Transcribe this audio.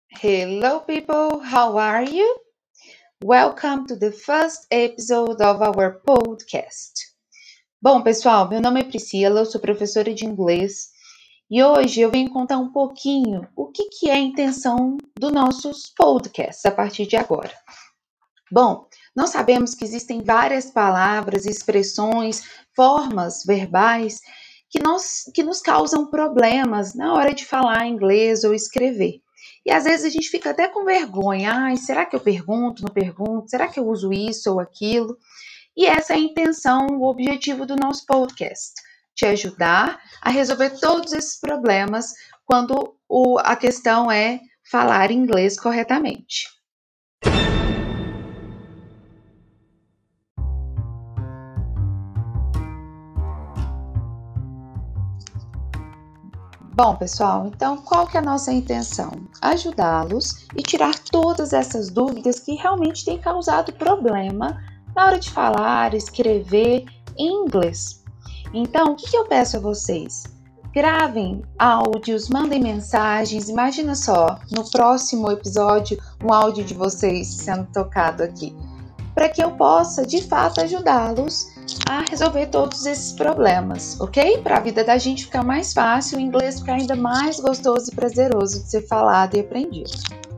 Hello, people, how are you? Welcome to the first episode of our podcast. Bom, pessoal, meu nome é Priscila, eu sou professora de inglês e hoje eu venho contar um pouquinho o que é a intenção dos nossos podcasts a partir de agora. Bom, nós sabemos que existem várias palavras, expressões, formas verbais que nos causam problemas na hora de falar inglês ou escrever. E às vezes a gente fica até com vergonha. Ai, será que eu pergunto, não pergunto? Será que eu uso isso ou aquilo? E essa é a intenção, o objetivo do nosso podcast. Te ajudar a resolver todos esses problemas quando a questão é falar inglês corretamente. Bom, pessoal, então qual que é a nossa intenção? Ajudá-los e tirar todas essas dúvidas que realmente têm causado problema na hora de falar, escrever em inglês. Então, o que eu peço a vocês? Gravem áudios, mandem mensagens. Imagina só, no próximo episódio, um áudio de vocês sendo tocado aqui, para que eu possa, de fato, ajudá-los a resolver todos esses problemas, ok? Para a vida da gente ficar mais fácil, o inglês ficar ainda mais gostoso e prazeroso de ser falado e aprendido.